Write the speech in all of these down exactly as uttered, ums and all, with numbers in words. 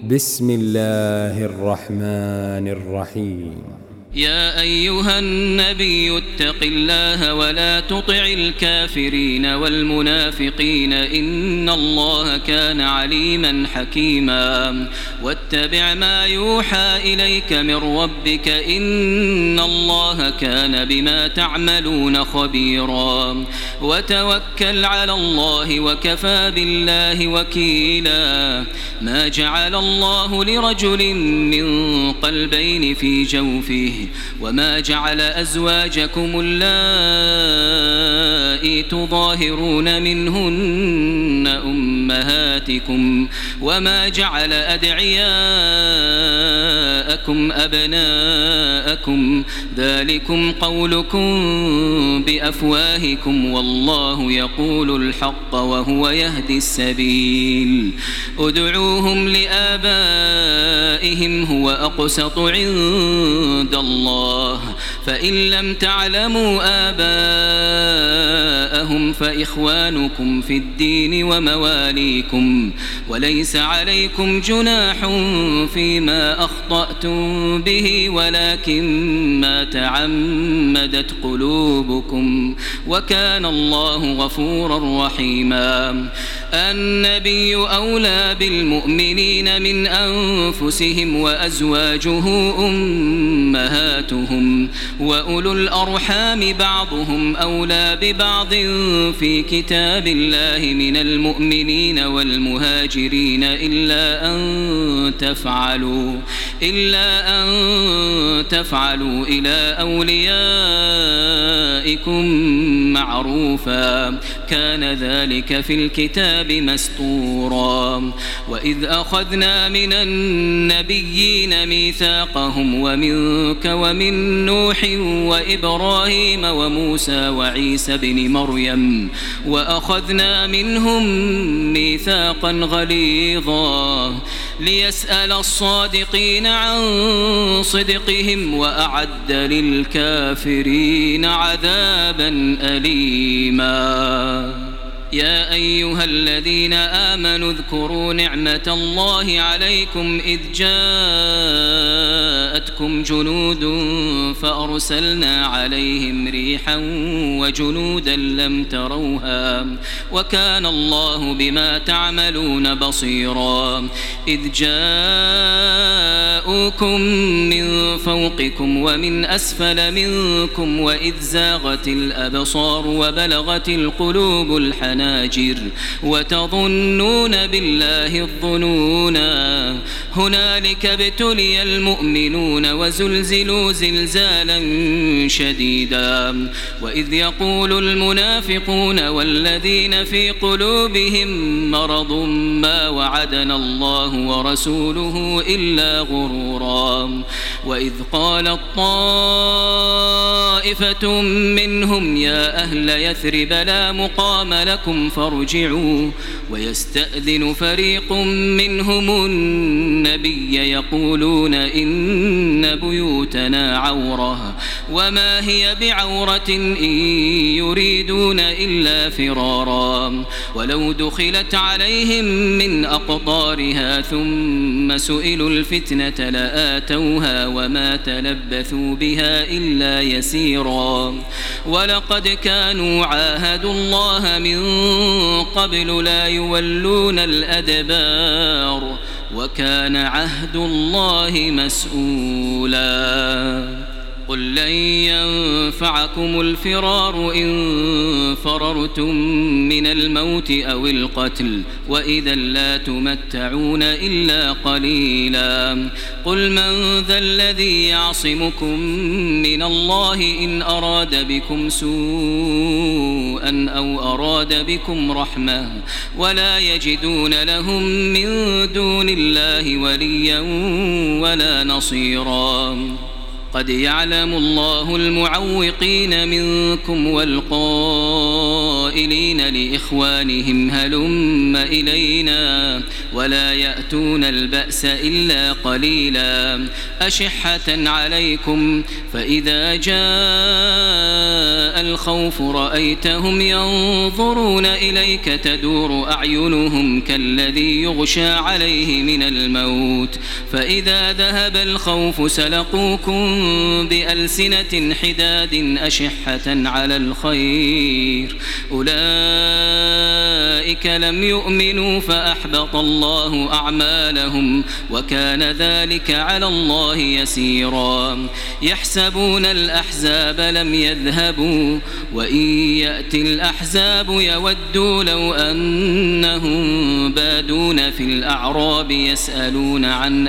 بسم الله الرحمن الرحيم. يا أيها النبي اتق الله ولا تطع الكافرين والمنافقين إن الله كان عليما حكيما واتبع ما يوحى إليك من ربك إن الله كان بما تعملون خبيرا وتوكل على الله وكفى بالله وكيلا ما جعل الله لرجل من قلبين في جوفه وما جعل أزواجكم اللائي تظاهرون منهن أمهاتكم وما جعل أدعياءكم أبناءكم ذلكم قولكم بأفواهكم والله يقول الحق وهو يهدي السبيل ادعوهم لآبائهم هو أقسط عند الله فإن لم تعلموا آباءهم فإخوانكم في الدين ومواليكم وليس عليكم جناح فيما أخطأتم به ولكن ما تعمدت قلوبكم وكان الله غفورا رحيما. النبي أولى بالمؤمنين من أنفسهم وأزواجه أمهاتهم وأولو الأرحام بعضهم أولى ببعض في كتاب الله من المؤمنين والمهاجرين إلا أن تفعلوا إلا أن تفعلوا إلى أوليائكم معروفا كان ذلك في الكتاب مسطورا. وإذ أخذنا من النبيين ميثاقهم ومنك ومن نوح وإبراهيم وموسى وعيسى بن مريم وأخذنا منهم ميثاقا غليظا ليسأل الصادقين عن صدقهم وأعد للكافرين عذابا أليما. يا أيها الذين آمنوا اذكروا نعمة الله عليكم إذ جاءتكم جنود فأرسلنا عليهم ريحا وجنودا لم تروها وكان الله بما تعملون بصيرا. إذ جاءوكم من فوقكم ومن أسفل منكم وإذ زاغت الأبصار وبلغت القلوب الحناجر وتظنون بالله الظنونا هنالك ابتلي المؤمنون وزلزلوا زلزالا شديدا. وإذ يقول المنافقون والذين في قلوبهم مرض ما وعدنا الله ورسوله إلا غرورا. وإذ قالت طائفة منهم يا أهل يثرب لا مقام لكم فارجعوا ويستأذن فريق منهم النبي يقولون إن بيوتنا عورة وما هي بعورة إن يريدون إلا فرارا. ولو دخلت عليهم من أقطارها ثم سئلوا الفتنة لآتوها وما تلبثوا بها إلا يسيرا. ولقد كانوا عاهدوا الله من قبل لا يولون الأدبار وكان عهد الله مسؤولا. قل لن ينفعكم الفرار إن فررتم من الموت أو القتل وإذا لا تمتعون إلا قليلا. قل من ذا الذي يعصمكم من الله إن أراد بكم سوءا أو أراد بكم رحمة ولا يجدون لهم من دون الله وليا ولا نصيرا. قد يعلم الله المعوقين منكم والقائلين لإخوانهم هلم إلينا ولا يأتون البأس إلا قليلا أشحة عليكم فإذا جاء الخوف رأيتهم ينظرون إليك تدور أعينهم كالذي يغشى عليه من الموت فإذا ذهب الخوف سلقوكم بألسنة حداد أشحة على الخير أولئك لم يؤمنوا فأحبط الله أعمالهم وكان ذلك على الله يسيرا يحسبون الأحزاب لم يذهبوا وإن يأتي الأحزاب يودوا لو أنهم بادون في الأعراب يسألون عن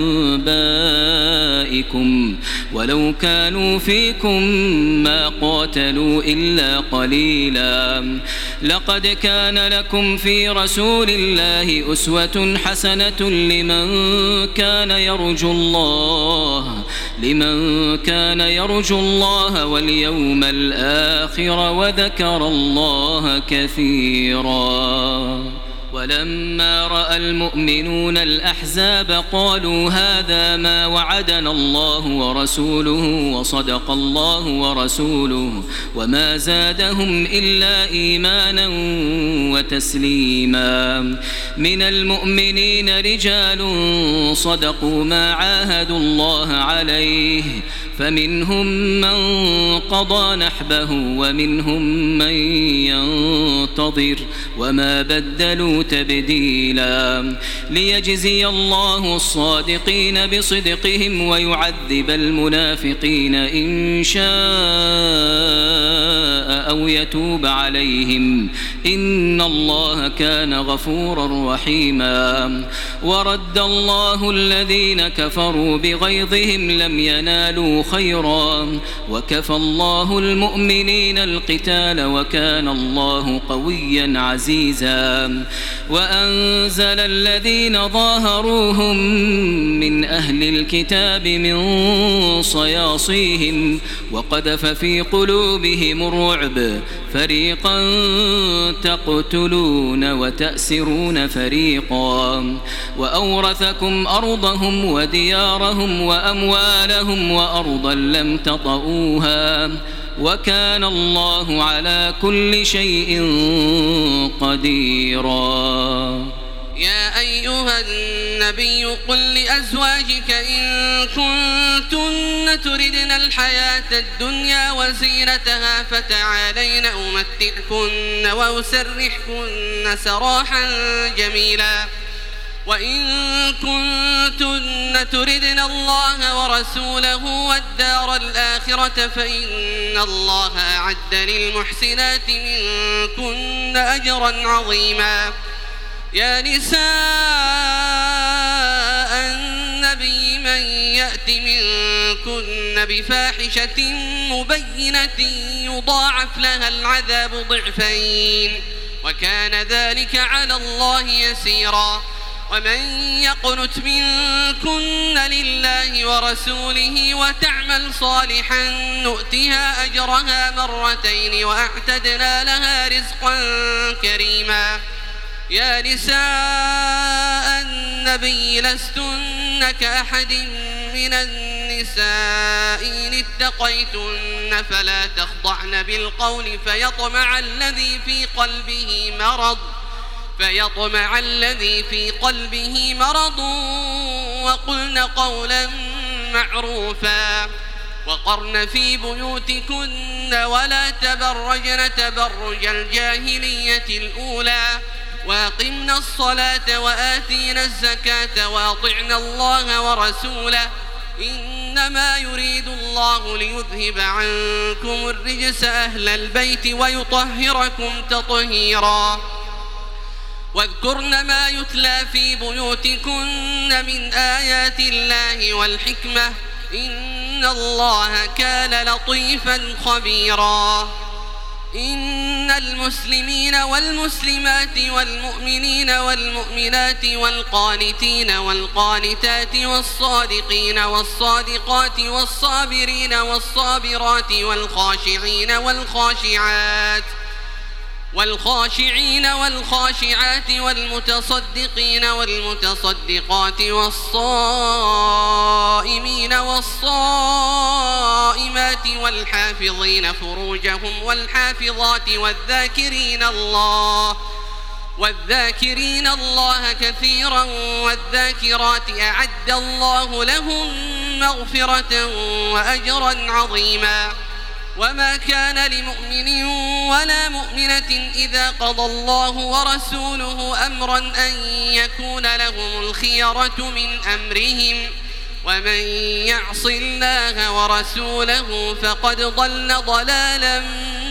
أنبائكم ولو كانوا فيكم ما قاتلوا إلا قليلا لقد كان لكم في رسول الله أسوة حسنة لمن كان يرجو الله لمن كان يرجو الله واليوم الآخر وذكر الله كثيرا ولما رأى المؤمنون الأحزاب قالوا هذا ما وعدنا الله ورسوله وصدق الله ورسوله وما زادهم إلا إيمانا وتسليما من المؤمنين رجال صدقوا ما عاهدوا الله عليه فمنهم من قضى نحبه ومنهم من ينتظر وما بدلوا تبديلا ليجزي الله الصادقين بصدقهم ويعذب المنافقين إن شاء أو يتوب عليهم إن الله كان غفورا رحيما ورد الله الذين كفروا بغيظهم لم ينالوا خيرا وكفى الله المؤمنين القتال وكان الله قويا عزيزا وأنزل الذين ظاهروهم من أهل الكتاب من صياصيهم وقذف في قلوبهم الرعب فريقا تقتلون وتأسرون فريقا وأورثكم أرضهم وديارهم وأموالهم وأرضا لم تطئوها وكان الله على كل شيء قديرا يا أيها النبي قل لأزواجك إن كنتن تردن الحياة الدنيا وزينتها فتعالين أمتعكن وأسرحكن سراحا جميلا وإن كنتن تردن الله ورسوله والدار الآخرة فإن الله أعد للمحسنات منكن أجرا عظيما يا نساء النبي من يأت منكن بفاحشة مبينة يضاعف لها العذاب ضعفين وكان ذلك على الله يسيرا ومن يقنت منكن لله ورسوله وتعمل صالحا نؤتها أجرها مرتين وأعتدنا لها رزقا كريما يا نساء النبي لستن كأحد من النساء إن اتقيتن فلا تخضعن بالقول فيطمع الذي في قلبه مرض فيطمع الذي في قلبه مرض وقلن قولا معروفا وقرن في بيوتكن ولا تبرجن تبرج الجاهلية الأولى وأقمنا الصلاة وآتينا الزكاة وأطعنا الله ورسوله إنما يريد الله ليذهب عنكم الرجس أهل البيت ويطهركم تطهيرا واذكرن ما يتلى في بيوتكن من آيات الله والحكمة إن الله كان لطيفا خبيرا إن المسلمين والمسلمات والمؤمنين والمؤمنات والقانتين والقانتات والصادقين والصادقات والصابرين والصابرات والخاشعين والخاشعات والخاشعين والخاشعات والمتصدقين والمتصدقات والصائمين والصائمات والحافظين فروجهم والحافظات والذاكرين الله والذاكرين الله كثيرا والذاكرات أعد الله لهم مغفرة وأجرا عظيما. وما كان لمؤمن ولا مؤمنة إذا قضى الله ورسوله أمرا أن يكون لهم الخيرة من أمرهم ومن يعص الله ورسوله فقد ضل ضلالا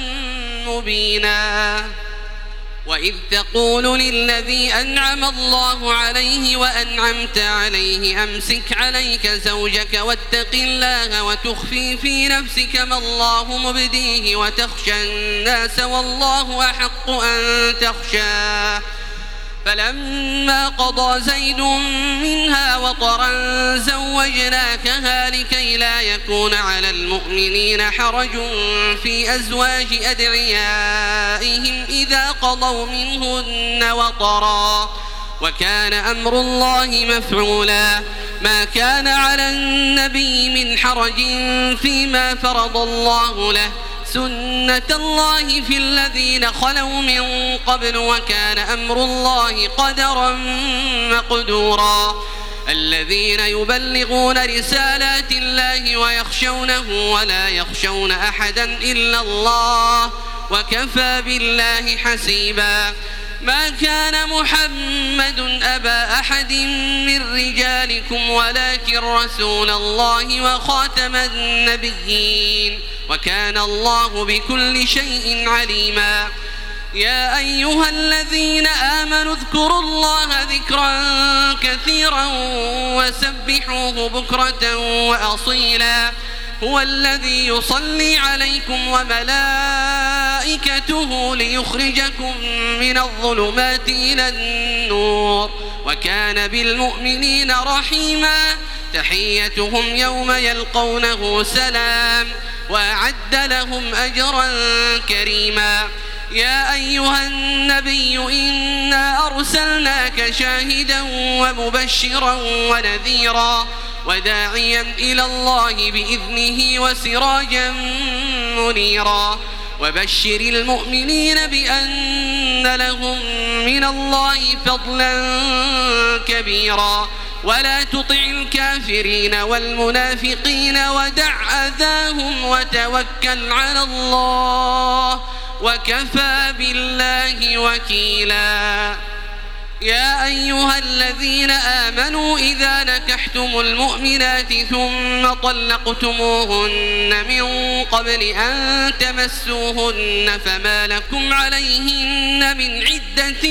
مبينا. وإذ تقول للذي أنعم الله عليه وأنعمت عليه أمسك عليك زوجك واتق الله وتخفي في نفسك ما الله مبديه وتخشى الناس والله أحق أن تخشاه فلما قضى زيد منها وطرا زوجناكها لكي لا يكون على المؤمنين حرج في أزواج أدعيائهم إذا قضوا منهن وطرا وكان أمر الله مفعولا. ما كان على النبي من حرج فيما فرض الله له سنة الله في الذين خلوا من قبل وكان أمر الله قدرا مقدورا. الذين يبلغون رسالات الله ويخشونه ولا يخشون أحدا إلا الله وكفى بالله حسيبا. ما كان محمد أبا أحد من رجالكم ولكن رسول الله وخاتم النبيين وكان الله بكل شيء عليما. يا أيها الذين آمنوا اذكروا الله ذكرا كثيرا وسبحوه بكرة وأصيلا. هو الذي يصلي عليكم وملائكته ليخرجكم من الظلمات إلى النور وكان بالمؤمنين رحيما. تحيتهم يوم يلقونه سلام وأعد لهم أجرا كريما. يا أيها النبي إنا أرسلناك شاهدا ومبشرا ونذيرا وداعيا إلى الله بإذنه وسراجا منيرا. وبشر المؤمنين بأن لهم من الله فضلا كبيرا ولا تطع الكافرين والمنافقين ودع أذاهم وتوكل على الله وكفى بالله وكيلا. يا أيها الذين آمنوا إذا نكحتم المؤمنات ثم طلقتموهن من قبل أن تمسوهن فما لكم عليهن من عدة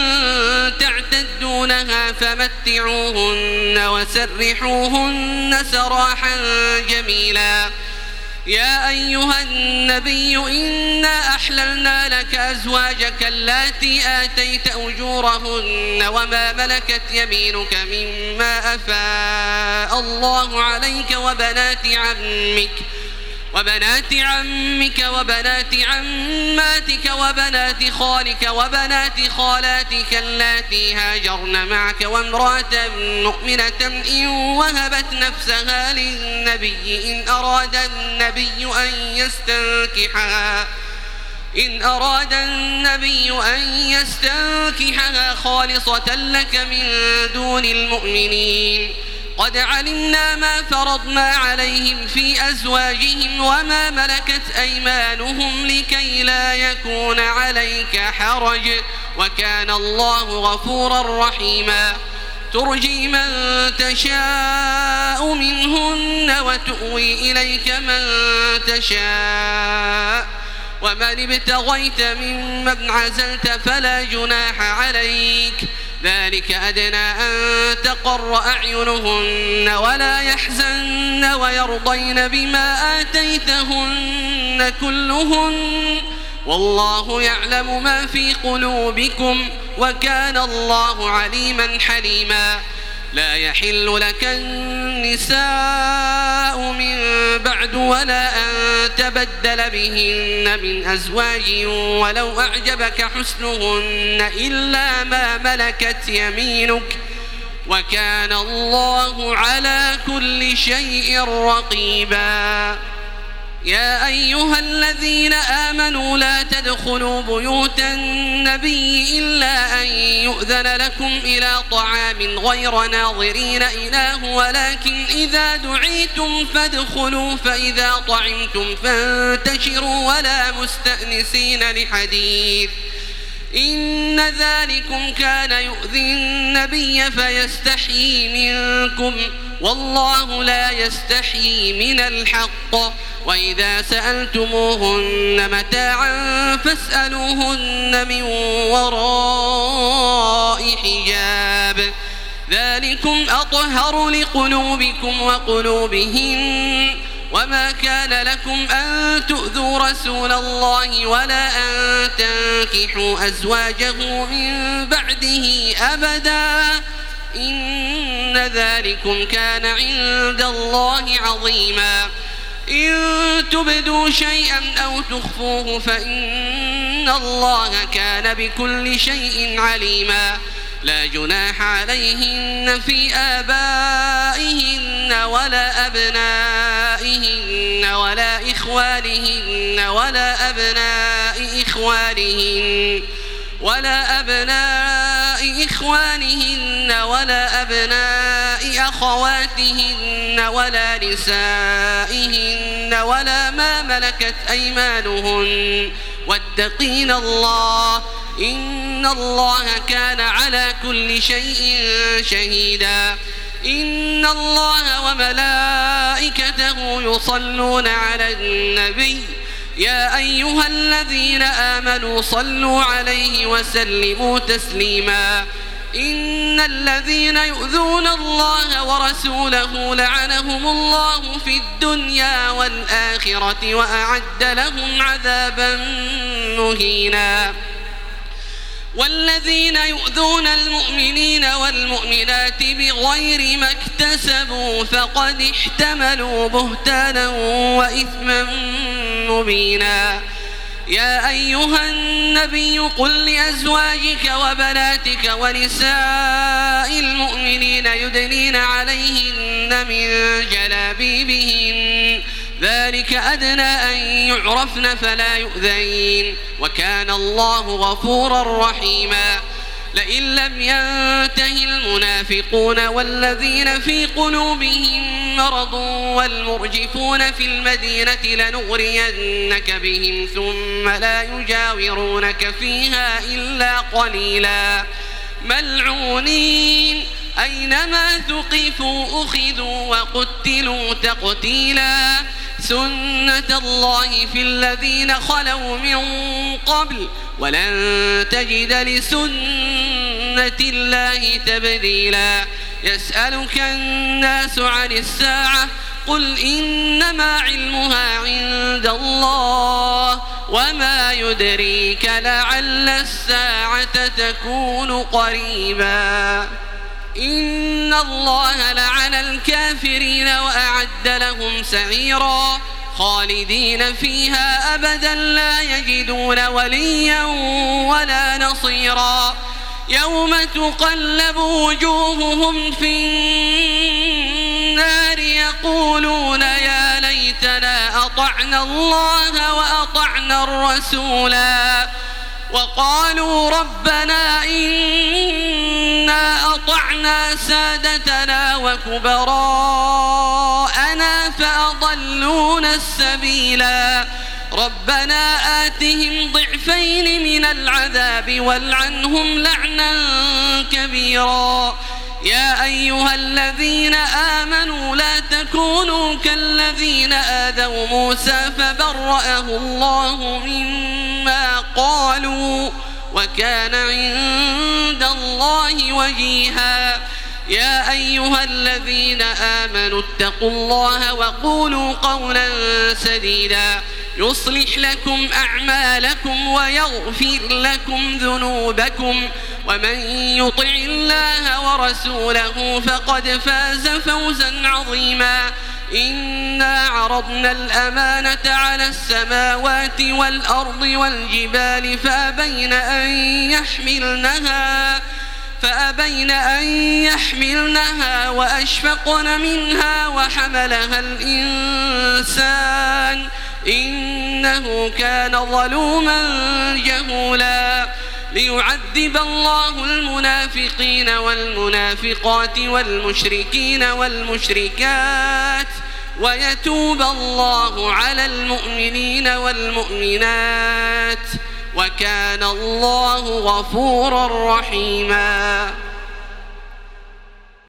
تعتدونها فمتعوهن وسرحوهن سراحا جميلا. يا أيها النبي إنا أحللنا لك أزواجك اللاتي آتيت أجورهن وما ملكت يمينك مما أفاء الله عليك وبنات عمك وبنات عمك وبنات عماتك وبنات خالك وبنات خالاتك اللاتي هاجرن معك وامرأة مؤمنة إن وهبت نفسها للنبي إن أراد النبي أن يستنكحها إن أراد النبي أن يستنكحها خالصة لك من دون المؤمنين. قد علمنا ما فرضنا عليهم في أزواجهم وما ملكت أيمانهم لكي لا يكون عليك حرج وكان الله غفورا رحيما. ترجي من تشاء منهن وتؤوي إليك من تشاء ومن ابتغيت ممن عزلت فلا جناح عليك. ذلك أدنى أن تقر أعينهن ولا يحزن ويرضين بما آتيتهن كلهن والله يعلم ما في قلوبكم وكان الله عليما حليما. لا يحل لك النساء من بعد ولا أن تبدل بهن من أزواج ولو أعجبك حسنهن إلا ما ملكت يمينك وكان الله على كل شيء رقيبا. يا أيها الذين آمنوا لا تدخلوا بيوت النبي إلا أن يؤذن لكم إلى طعام غير ناظرين إناه ولكن إذا دعيتم فادخلوا فإذا طعمتم فانتشروا ولا مستأنسين لحديث إن ذلكم كان يؤذي النبي فيستحيي منكم والله لا يستحيي من الحق وإذا سألتموهن متاعا فاسألوهن من وراء حجاب ذلكم أطهر لقلوبكم وقلوبهن وما كان لكم أن تؤذوا رسول الله ولا أن تنكحوا أزواجه من بعده أبدا إن ذلكم كان عند الله عظيما. إن تبدوا شيئا أو تخفوه فإن الله كان بكل شيء عليما. لا جناح عليهن في آبائهن ولا أبنائهن ولا إخوانهن ولا أبناء إخوانهن ولا أبناء إخوانهن ولا أبناء أخواتهن ولا نسائهن ولا ما ملكت أيمانهن واتقين الله إن الله كان على كل شيء شهيدا. إن الله وملائكته يصلون على النبي يا أيها الذين آمنوا صلوا عليه وسلموا تسليما. إن الذين يؤذون الله ورسوله لعنهم الله في الدنيا والآخرة وأعد لهم عذابا مهينا. والذين يؤذون المؤمنين والمؤمنات بغير ما اكتسبوا فقد احتملوا بهتانا وإثما مبينا. يا أيها النبي قل لأزواجك وبناتك ونساء المؤمنين يدنين عليهن من جلابيبهن ذلك أدنى أن يعرفن فلا يؤذين وكان الله غفورا رحيما. لئن لم ينته المنافقون والذين في قلوبهم مرض والمرجفون في المدينة لنغرينك بهم ثم لا يجاورونك فيها إلا قليلا ملعونين أينما ثقفوا أخذوا وقتلوا تقتيلا. سنة الله في الذين خلوا من قبل ولن تجد لسنة الله تبديلا. يسألك الناس عن الساعة قل إنما علمها عند الله وما يدريك لعل الساعة تكون قريبا. إن الله لعن الكافرين وأعد لهم سعيرا خالدين فيها أبدا لا يجدون وليا ولا نصيرا. يوم تقلب وجوههم في النار يقولون يا ليتنا أطعنا الله وأطعنا الرسولا وقالوا ربنا إنا أطعنا سادتنا وكبراءنا فأضلونا السبيلا. ربنا آتهم ضعفين من العذاب والعنهم لعنا كبيرا. يا أيها الذين آمنوا لا تكونوا كالذين آذوا موسى فبرأه الله مما قالوا وكان عند الله وجيها. يا أيها الذين آمنوا اتقوا الله وقولوا قولا سديدا يصلح لكم أعمالكم ويغفر لكم ذنوبكم ومن يطع الله ورسوله فقد فاز فوزا عظيما إنا عرضنا الأمانة على السماوات والأرض والجبال فأبين أن يحملنها فأبين أن يحملنها وأشفقن منها وحملها الإنسان إنه كان ظلوما جهولا ليعذب الله المنافقين والمنافقات والمشركين والمشركات ويتوب الله على المؤمنين والمؤمنات وكان الله غفورا رحيما.